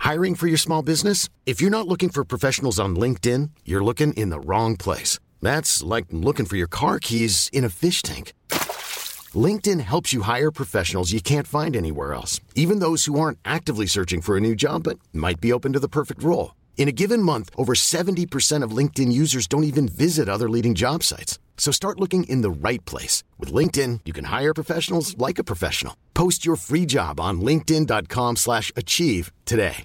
Hiring for your small business? If you're not looking for professionals on LinkedIn, you're looking in the wrong place. That's like looking for your car keys in a fish tank. LinkedIn helps you hire professionals you can't find anywhere else, even those who aren't actively searching for a new job but might be open to the perfect role. In a given month, over 70% of LinkedIn users don't even visit other leading job sites. So start looking in the right place. With LinkedIn, you can hire professionals like a professional. Post your free job on linkedin.com/achieve today.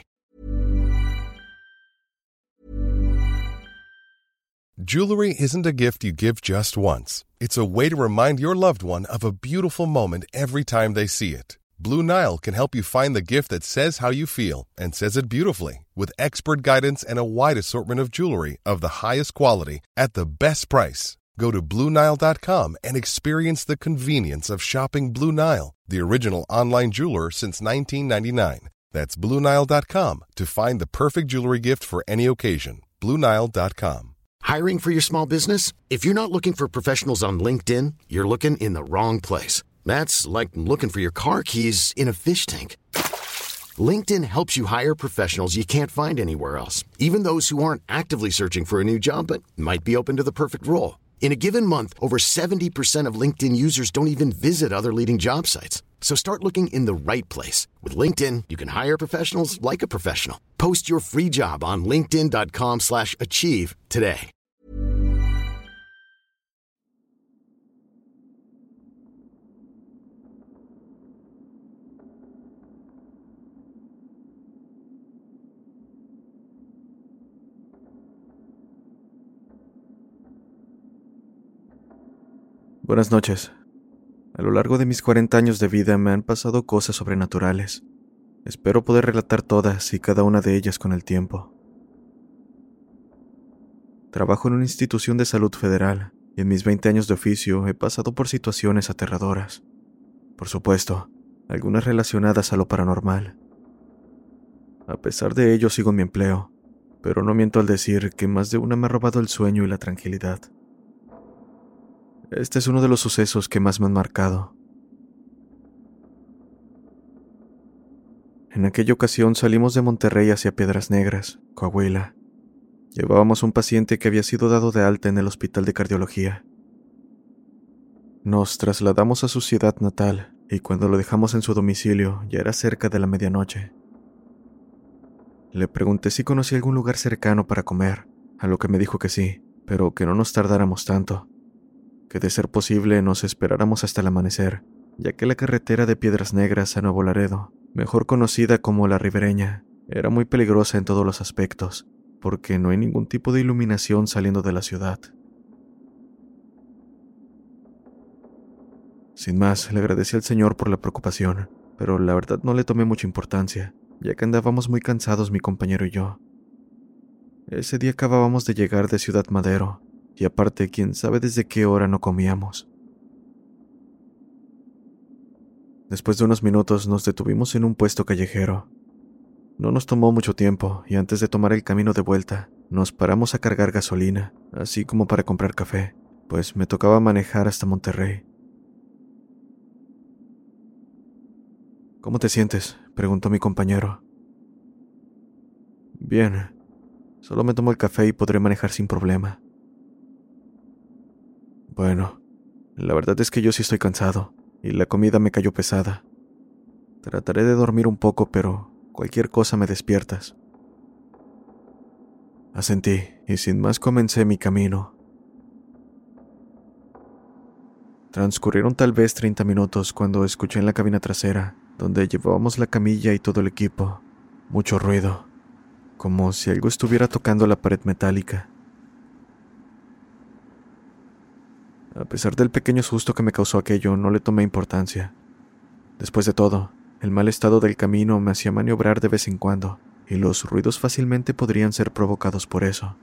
Jewelry isn't a gift you give just once. It's a way to remind your loved one of a beautiful moment every time they see it. Blue Nile can help you find the gift that says how you feel and says it beautifully, with expert guidance and a wide assortment of jewelry of the highest quality at the best price. Go to BlueNile.com and experience the convenience of shopping Blue Nile, the original online jeweler since 1999. That's BlueNile.com to find the perfect jewelry gift for any occasion. BlueNile.com. Hiring for your small business? If you're not looking for professionals on LinkedIn, you're looking in the wrong place. That's like looking for your car keys in a fish tank. LinkedIn helps you hire professionals you can't find anywhere else, even those who aren't actively searching for a new job but might be open to the perfect role. In a given month, over 70% of LinkedIn users don't even visit other leading job sites. So start looking in the right place. With LinkedIn, you can hire professionals like a professional. Post your free job on linkedin.com/achieve today. Buenas noches. A lo largo de mis 40 años de vida me han pasado cosas sobrenaturales. Espero poder relatar todas y cada una de ellas con el tiempo. Trabajo en una institución de salud federal y en mis 20 años de oficio he pasado por situaciones aterradoras. Por supuesto, algunas relacionadas a lo paranormal. A pesar de ello sigo en mi empleo, pero no miento al decir que más de una me ha robado el sueño y la tranquilidad. Este es uno de los sucesos que más me han marcado. En aquella ocasión salimos de Monterrey hacia Piedras Negras, Coahuila. Llevábamos un paciente que había sido dado de alta en el hospital de cardiología. Nos trasladamos a su ciudad natal y cuando lo dejamos en su domicilio ya era cerca de la medianoche. Le pregunté si conocía algún lugar cercano para comer, a lo que me dijo que sí, pero que no nos tardáramos tanto. Que de ser posible nos esperáramos hasta el amanecer, ya que la carretera de Piedras Negras a Nuevo Laredo, mejor conocida como La Ribereña, era muy peligrosa en todos los aspectos, porque no hay ningún tipo de iluminación saliendo de la ciudad. Sin más, le agradecí al señor por la preocupación, pero la verdad no le tomé mucha importancia, ya que andábamos muy cansados mi compañero y yo. Ese día acabábamos de llegar de Ciudad Madero, y aparte, quién sabe desde qué hora no comíamos. Después de unos minutos nos detuvimos en un puesto callejero. No nos tomó mucho tiempo y antes de tomar el camino de vuelta, nos paramos a cargar gasolina, así como para comprar café, pues me tocaba manejar hasta Monterrey. ¿Cómo te sientes?, preguntó mi compañero. Bien, solo me tomo el café y podré manejar sin problema. Bueno, la verdad es que yo sí estoy cansado, y la comida me cayó pesada. Trataré de dormir un poco, pero cualquier cosa me despiertas. Asentí, y sin más comencé mi camino. Transcurrieron tal vez 30 minutos cuando escuché en la cabina trasera, donde llevábamos la camilla y todo el equipo, mucho ruido, como si algo estuviera tocando la pared metálica. A pesar del pequeño susto que me causó aquello, no le tomé importancia. Después de todo, el mal estado del camino me hacía maniobrar de vez en cuando, y los ruidos fácilmente podrían ser provocados por eso.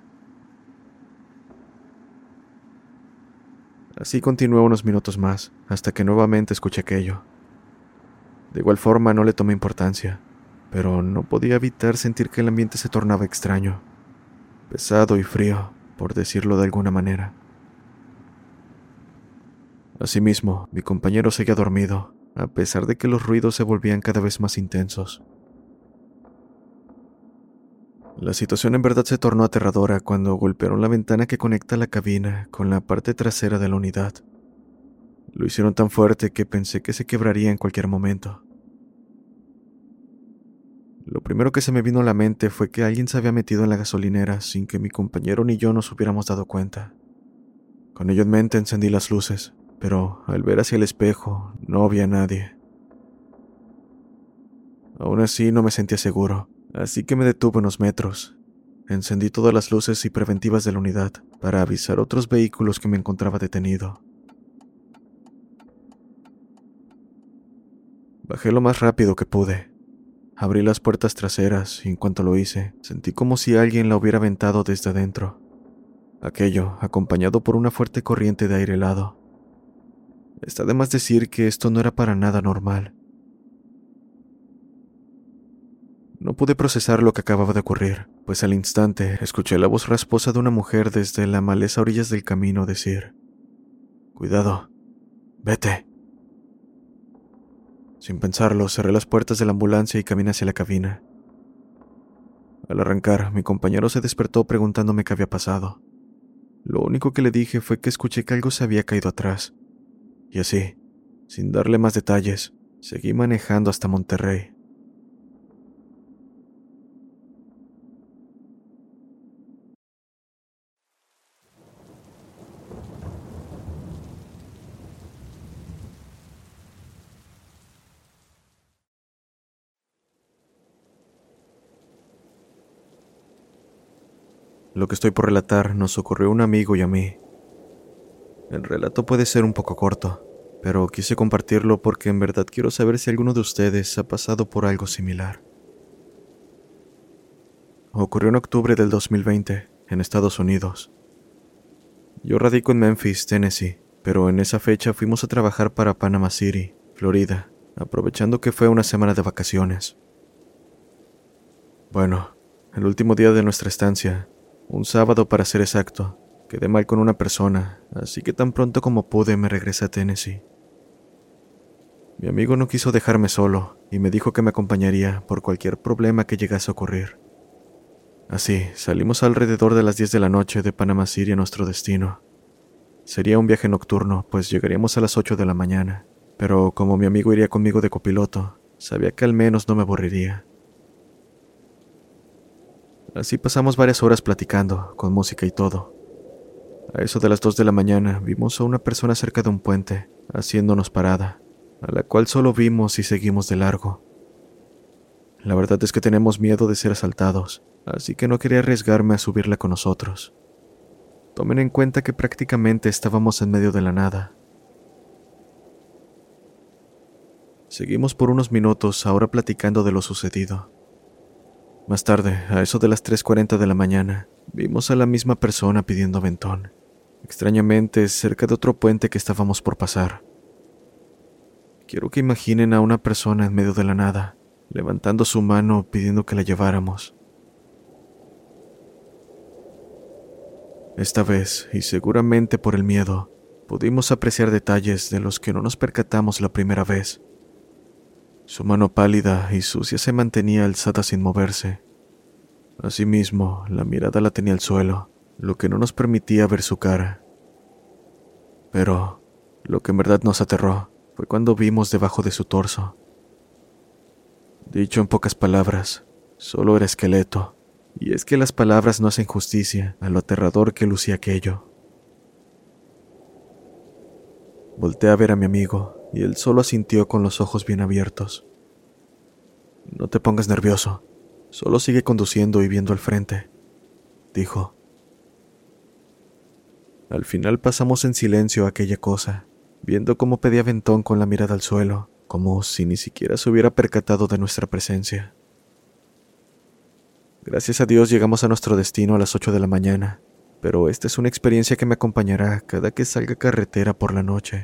Así continué unos minutos más, hasta que nuevamente escuché aquello. De igual forma no le tomé importancia, pero no podía evitar sentir que el ambiente se tornaba extraño, pesado y frío, por decirlo de alguna manera. Asimismo, mi compañero seguía dormido, a pesar de que los ruidos se volvían cada vez más intensos. La situación en verdad se tornó aterradora cuando golpearon la ventana que conecta la cabina con la parte trasera de la unidad. Lo hicieron tan fuerte que pensé que se quebraría en cualquier momento. Lo primero que se me vino a la mente fue que alguien se había metido en la gasolinera sin que mi compañero ni yo nos hubiéramos dado cuenta. Con ello en mente encendí las luces, pero al ver hacia el espejo no había nadie. Aún así no me sentía seguro, así que me detuve unos metros. Encendí todas las luces y preventivas de la unidad para avisar a otros vehículos que me encontraba detenido. Bajé lo más rápido que pude. Abrí las puertas traseras y en cuanto lo hice, sentí como si alguien la hubiera aventado desde adentro. Aquello, acompañado por una fuerte corriente de aire helado. Está de más decir que esto no era para nada normal. No pude procesar lo que acababa de ocurrir, pues al instante escuché la voz rasposa de una mujer desde la maleza a orillas del camino decir: «Cuidado, vete». Sin pensarlo, cerré las puertas de la ambulancia y caminé hacia la cabina. Al arrancar, mi compañero se despertó preguntándome qué había pasado. Lo único que le dije fue que escuché que algo se había caído atrás. Y así, sin darle más detalles, seguí manejando hasta Monterrey. Lo que estoy por relatar nos ocurrió a un amigo y a mí. El relato puede ser un poco corto, pero quise compartirlo porque en verdad quiero saber si alguno de ustedes ha pasado por algo similar. Ocurrió en octubre del 2020, en Estados Unidos. Yo radico en Memphis, Tennessee, pero en esa fecha fuimos a trabajar para Panama City, Florida, aprovechando que fue una semana de vacaciones. Bueno, el último día de nuestra estancia, un sábado para ser exacto, quedé mal con una persona, así que tan pronto como pude me regresé a Tennessee. Mi amigo no quiso dejarme solo y me dijo que me acompañaría por cualquier problema que llegase a ocurrir. Así, salimos alrededor de las 10 de la noche de Panama City a nuestro destino. Sería un viaje nocturno, pues llegaríamos a las 8 de la mañana, pero como mi amigo iría conmigo de copiloto, sabía que al menos no me aburriría. Así pasamos varias horas platicando, con música y todo. A eso de las 2 de la mañana vimos a una persona cerca de un puente, haciéndonos parada, a la cual solo vimos y seguimos de largo. La verdad es que tenemos miedo de ser asaltados, así que no quería arriesgarme a subirla con nosotros. Tomen en cuenta que prácticamente estábamos en medio de la nada. Seguimos por unos minutos ahora platicando de lo sucedido. Más tarde, a eso de las 3:40 de la mañana, vimos a la misma persona pidiendo aventón, extrañamente cerca de otro puente que estábamos por pasar. Quiero que imaginen a una persona en medio de la nada, levantando su mano pidiendo que la lleváramos. Esta vez, y seguramente por el miedo, pudimos apreciar detalles de los que no nos percatamos la primera vez. Su mano pálida y sucia se mantenía alzada sin moverse. Asimismo, la mirada la tenía al suelo, lo que no nos permitía ver su cara. Pero, lo que en verdad nos aterró fue cuando vimos debajo de su torso. Dicho en pocas palabras, solo era esqueleto, y es que las palabras no hacen justicia a lo aterrador que lucía aquello. Volteé a ver a mi amigo, y él solo asintió con los ojos bien abiertos. «No te pongas nervioso, solo sigue conduciendo y viendo al frente», dijo. Al final pasamos en silencio a aquella cosa, viendo cómo pedía aventón con la mirada al suelo, como si ni siquiera se hubiera percatado de nuestra presencia. Gracias a Dios llegamos a nuestro destino a las 8 de la mañana, pero esta es una experiencia que me acompañará cada que salga a carretera por la noche.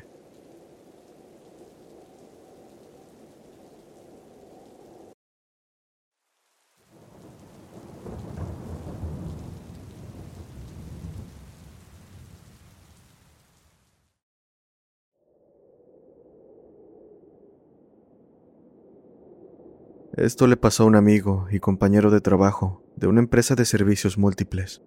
Esto le pasó a un amigo y compañero de trabajo, de una empresa de servicios múltiples.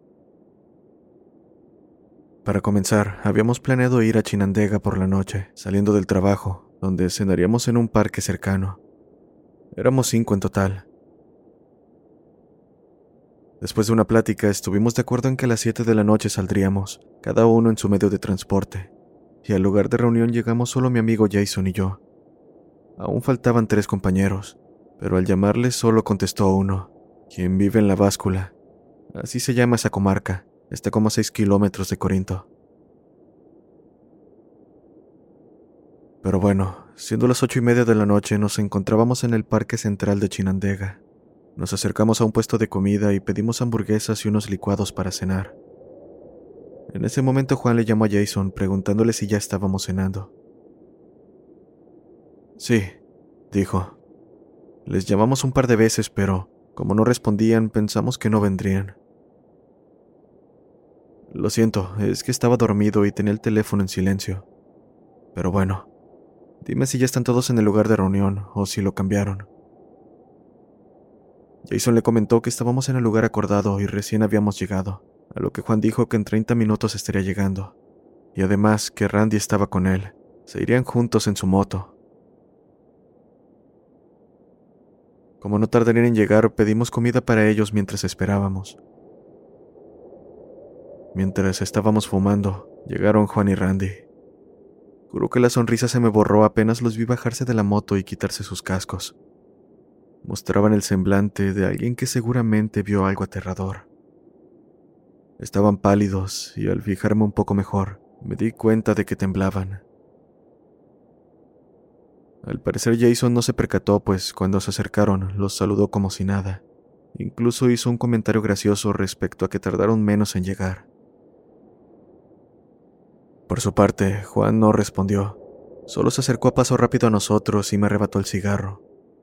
Para comenzar, habíamos planeado ir a Chinandega por la noche, saliendo del trabajo, donde cenaríamos en un parque cercano. Éramos 5 en total. Después de una plática, estuvimos de acuerdo en que a las 7 de la noche saldríamos, cada uno en su medio de transporte, y al lugar de reunión llegamos solo mi amigo Jason y yo. Aún faltaban 3 compañeros, pero al llamarles solo contestó uno, quien vive en La Báscula. Así se llama esa comarca, está como a 6 kilómetros de Corinto. Pero bueno, siendo las 8:30 de la noche, nos encontrábamos en el parque central de Chinandega. Nos acercamos a un puesto de comida y pedimos hamburguesas y unos licuados para cenar. En ese momento Juan le llamó a Jason preguntándole si ya estábamos cenando. Sí, dijo. Les llamamos un par de veces, pero como no respondían, pensamos que no vendrían. Lo siento, es que estaba dormido y tenía el teléfono en silencio. Pero bueno, dime si ya están todos en el lugar de reunión o si lo cambiaron. Jason le comentó que estábamos en el lugar acordado y recién habíamos llegado, a lo que Juan dijo que en 30 minutos estaría llegando, y además que Randy estaba con él, se irían juntos en su moto. Como no tardarían en llegar, pedimos comida para ellos mientras esperábamos. Mientras estábamos fumando, llegaron Juan y Randy. Juro que la sonrisa se me borró apenas los vi bajarse de la moto y quitarse sus cascos. Mostraban el semblante de alguien que seguramente vio algo aterrador. Estaban pálidos y al fijarme un poco mejor, me di cuenta de que temblaban. Al parecer Jason no se percató, pues cuando se acercaron los saludó como si nada. Incluso hizo un comentario gracioso respecto a que tardaron menos en llegar. Por su parte, Juan no respondió, solo se acercó a paso rápido a nosotros y me arrebató el cigarro.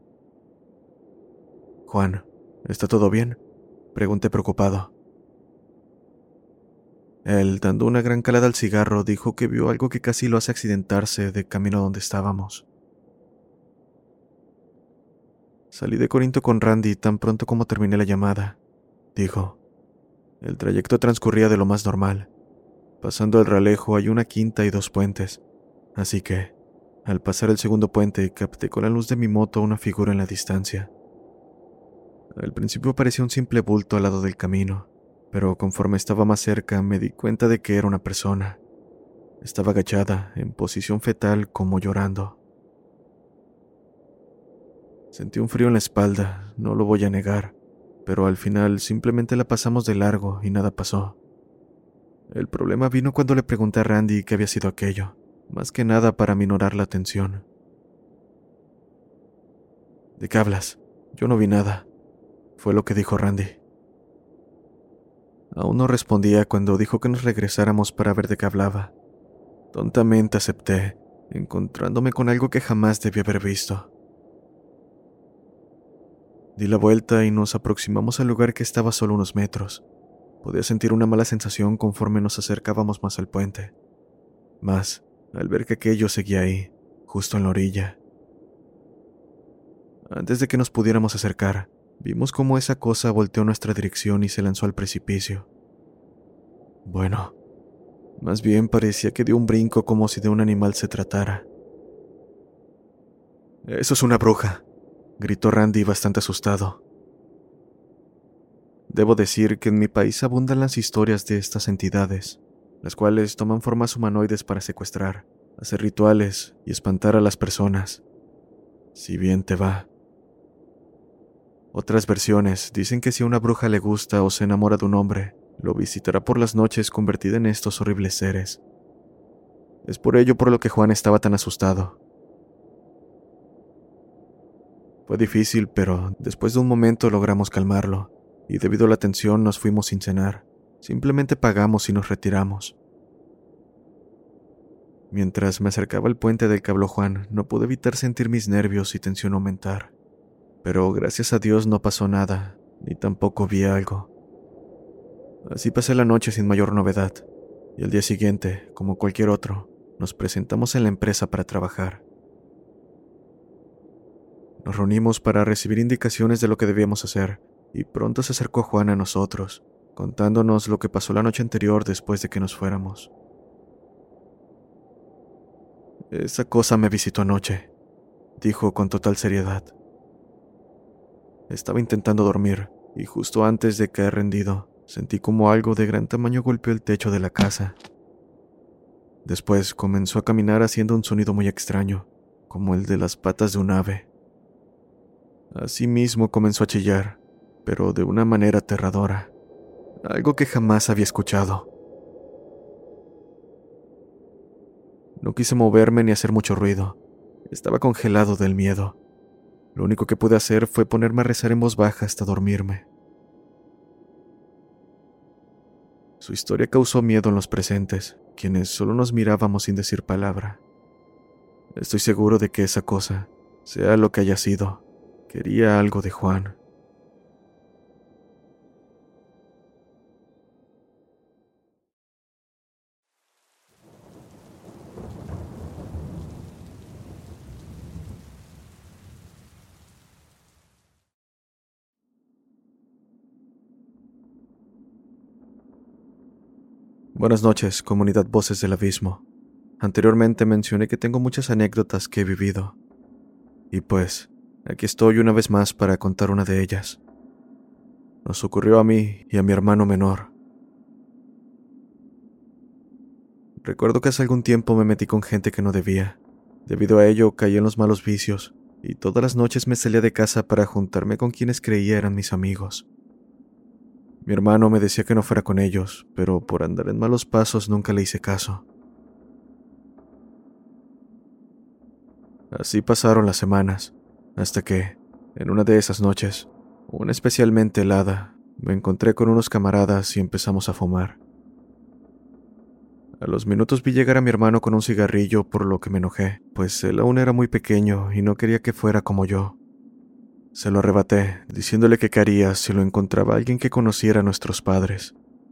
Juan, ¿está todo bien?, pregunté preocupado. Él, dando una gran calada al cigarro, dijo que vio algo que casi lo hace accidentarse de camino a donde estábamos. Salí de Corinto con Randy tan pronto como terminé la llamada, dijo. El trayecto transcurría de lo más normal. Pasando el Ralejo hay una quinta y 2 puentes, así que, al pasar el segundo puente, capté con la luz de mi moto una figura en la distancia. Al principio parecía un simple bulto al lado del camino, pero conforme estaba más cerca me di cuenta de que era una persona. Estaba agachada, en posición fetal, como llorando. Sentí un frío en la espalda, no lo voy a negar, pero al final simplemente la pasamos de largo y nada pasó. El problema vino cuando le pregunté a Randy qué había sido aquello, más que nada para minorar la tensión. ¿De qué hablas? Yo no vi nada, fue lo que dijo Randy. Aún no respondía cuando dijo que nos regresáramos para ver de qué hablaba. Tontamente acepté, encontrándome con algo que jamás debí haber visto. Di la vuelta y nos aproximamos al lugar que estaba a solo unos metros. Podía sentir una mala sensación conforme nos acercábamos más al puente. Más, al ver que aquello seguía ahí, justo en la orilla. Antes de que nos pudiéramos acercar, vimos cómo esa cosa volteó en nuestra dirección y se lanzó al precipicio. Bueno, más bien parecía que dio un brinco como si de un animal se tratara. «Eso es una bruja», gritó Randy bastante asustado. Debo decir que en mi país abundan las historias de estas entidades, las cuales toman formas humanoides para secuestrar, hacer rituales y espantar a las personas. Si bien te va. Otras versiones dicen que si a una bruja le gusta o se enamora de un hombre, lo visitará por las noches convertida en estos horribles seres. Es por ello por lo que Juan estaba tan asustado. Fue difícil, pero después de un momento logramos calmarlo, y debido a la tensión nos fuimos sin cenar. Simplemente pagamos y nos retiramos. Mientras me acercaba al puente del que habló Juan, no pude evitar sentir mis nervios y tensión aumentar. Pero gracias a Dios no pasó nada, ni tampoco vi algo. Así pasé la noche sin mayor novedad, y al día siguiente, como cualquier otro, nos presentamos en la empresa para trabajar. Nos reunimos para recibir indicaciones de lo que debíamos hacer, y pronto se acercó Juan a nosotros, contándonos lo que pasó la noche anterior después de que nos fuéramos. Esa cosa me visitó anoche, dijo con total seriedad. Estaba intentando dormir, y justo antes de caer rendido, sentí como algo de gran tamaño golpeó el techo de la casa. Después comenzó a caminar haciendo un sonido muy extraño, como el de las patas de un ave. Asimismo comenzó a chillar, pero de una manera aterradora, algo que jamás había escuchado. No quise moverme ni hacer mucho ruido. Estaba congelado del miedo. Lo único que pude hacer fue ponerme a rezar en voz baja hasta dormirme. Su historia causó miedo en los presentes, quienes solo nos mirábamos sin decir palabra. Estoy seguro de que esa cosa, sea lo que haya sido, quería algo de Juan. Buenas noches, comunidad Voces del Abismo. Anteriormente mencioné que tengo muchas anécdotas que he vivido. Y pues, aquí estoy una vez más para contar una de ellas. Nos ocurrió a mí y a mi hermano menor. Recuerdo que hace algún tiempo me metí con gente que no debía. Debido a ello caí en los malos vicios, y todas las noches me salía de casa para juntarme con quienes creía eran mis amigos. Mi hermano me decía que no fuera con ellos, pero por andar en malos pasos nunca le hice caso. Así pasaron las semanas, hasta que, en una de esas noches, una especialmente helada, me encontré con unos camaradas y empezamos a fumar. A los minutos vi llegar a mi hermano con un cigarrillo, por lo que me enojé, pues él aún era muy pequeño y no quería que fuera como yo. Se lo arrebaté, diciéndole que qué haría si lo encontraba alguien que conociera a nuestros padres.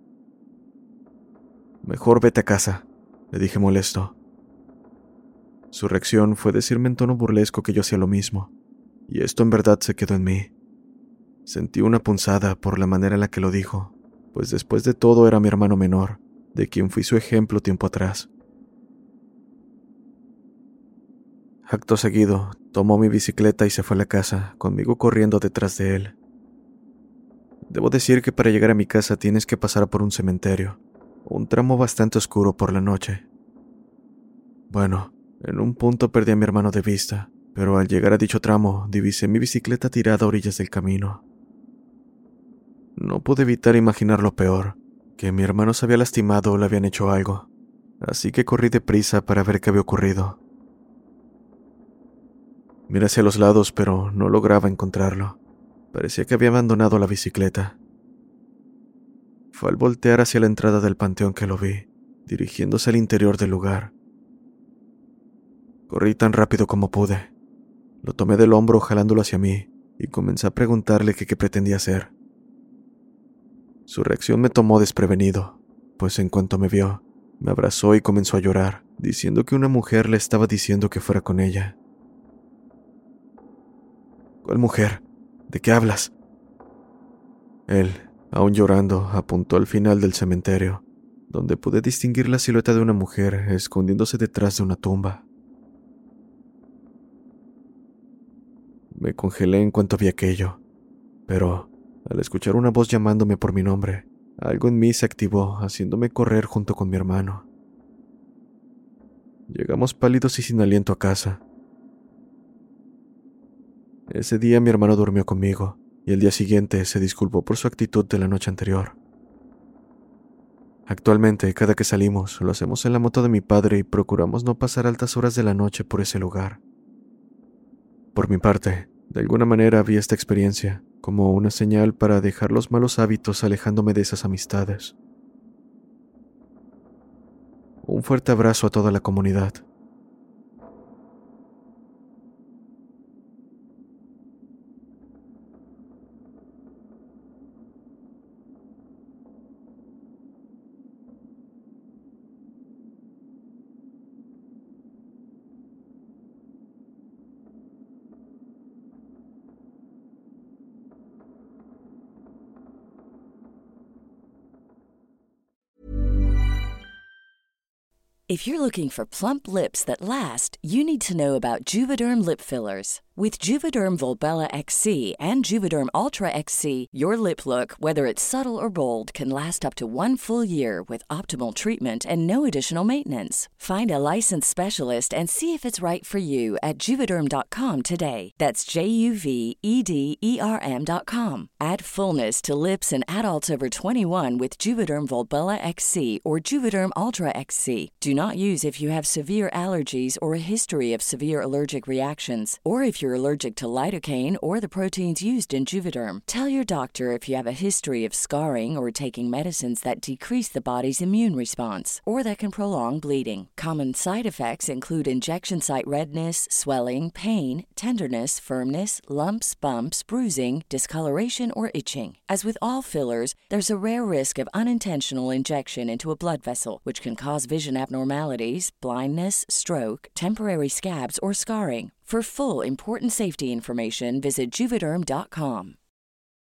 Mejor vete a casa, le dije molesto. Su reacción fue decirme en tono burlesco que yo hacía lo mismo, y esto en verdad se quedó en mí. Sentí una punzada por la manera en la que lo dijo, pues después de todo era mi hermano menor, de quien fui su ejemplo tiempo atrás. Acto seguido, tomó mi bicicleta y se fue a la casa, conmigo corriendo detrás de él. Debo decir que para llegar a mi casa tienes que pasar por un cementerio, un tramo bastante oscuro por la noche. Bueno, en un punto perdí a mi hermano de vista, pero al llegar a dicho tramo divisé mi bicicleta tirada a orillas del camino. No pude evitar imaginar lo peor, que mi hermano se había lastimado o le habían hecho algo, así que corrí deprisa para ver qué había ocurrido. Miré hacia los lados, pero no lograba encontrarlo. Parecía que había abandonado la bicicleta. Fue al voltear hacia la entrada del panteón que lo vi, dirigiéndose al interior del lugar. Corrí tan rápido como pude. Lo tomé del hombro jalándolo hacia mí y comencé a preguntarle qué pretendía hacer. Su reacción me tomó desprevenido, pues en cuanto me vio, me abrazó y comenzó a llorar, diciendo que una mujer le estaba diciendo que fuera con ella. ¿Cuál mujer? ¿De qué hablas? Él, aún llorando, apuntó al final del cementerio, donde pude distinguir la silueta de una mujer escondiéndose detrás de una tumba. Me congelé en cuanto vi aquello, pero al escuchar una voz llamándome por mi nombre, algo en mí se activó, haciéndome correr junto con mi hermano. Llegamos pálidos y sin aliento a casa. Ese día mi hermano durmió conmigo, y el día siguiente se disculpó por su actitud de la noche anterior. Actualmente, cada que salimos, lo hacemos en la moto de mi padre y procuramos no pasar altas horas de la noche por ese lugar. Por mi parte, de alguna manera vi esta experiencia como una señal para dejar los malos hábitos alejándome de esas amistades. Un fuerte abrazo a toda la comunidad. If you're looking for plump lips that last, you need to know about Juvederm lip fillers. With Juvederm Volbella XC and Juvederm Ultra XC, your lip look, whether it's subtle or bold, can last up to 1 full year with optimal treatment and no additional maintenance. Find a licensed specialist and see if it's right for you at Juvederm.com today. That's JUVEDERM.com. Add fullness to lips in adults over 21 with Juvederm Volbella XC or Juvederm Ultra XC. Do not use if you have severe allergies or a history of severe allergic reactions, or if you're allergic to lidocaine or the proteins used in Juvederm. Tell your doctor if you have a history of scarring or taking medicines that decrease the body's immune response or that can prolong bleeding. Common side effects include injection site redness, swelling, pain, tenderness, firmness, lumps, bumps, bruising, discoloration, or itching. As with all fillers, there's a rare risk of unintentional injection into a blood vessel, which can cause vision abnormalities, blindness, stroke, temporary scabs, or scarring. For full, important safety information, visit Juvederm.com.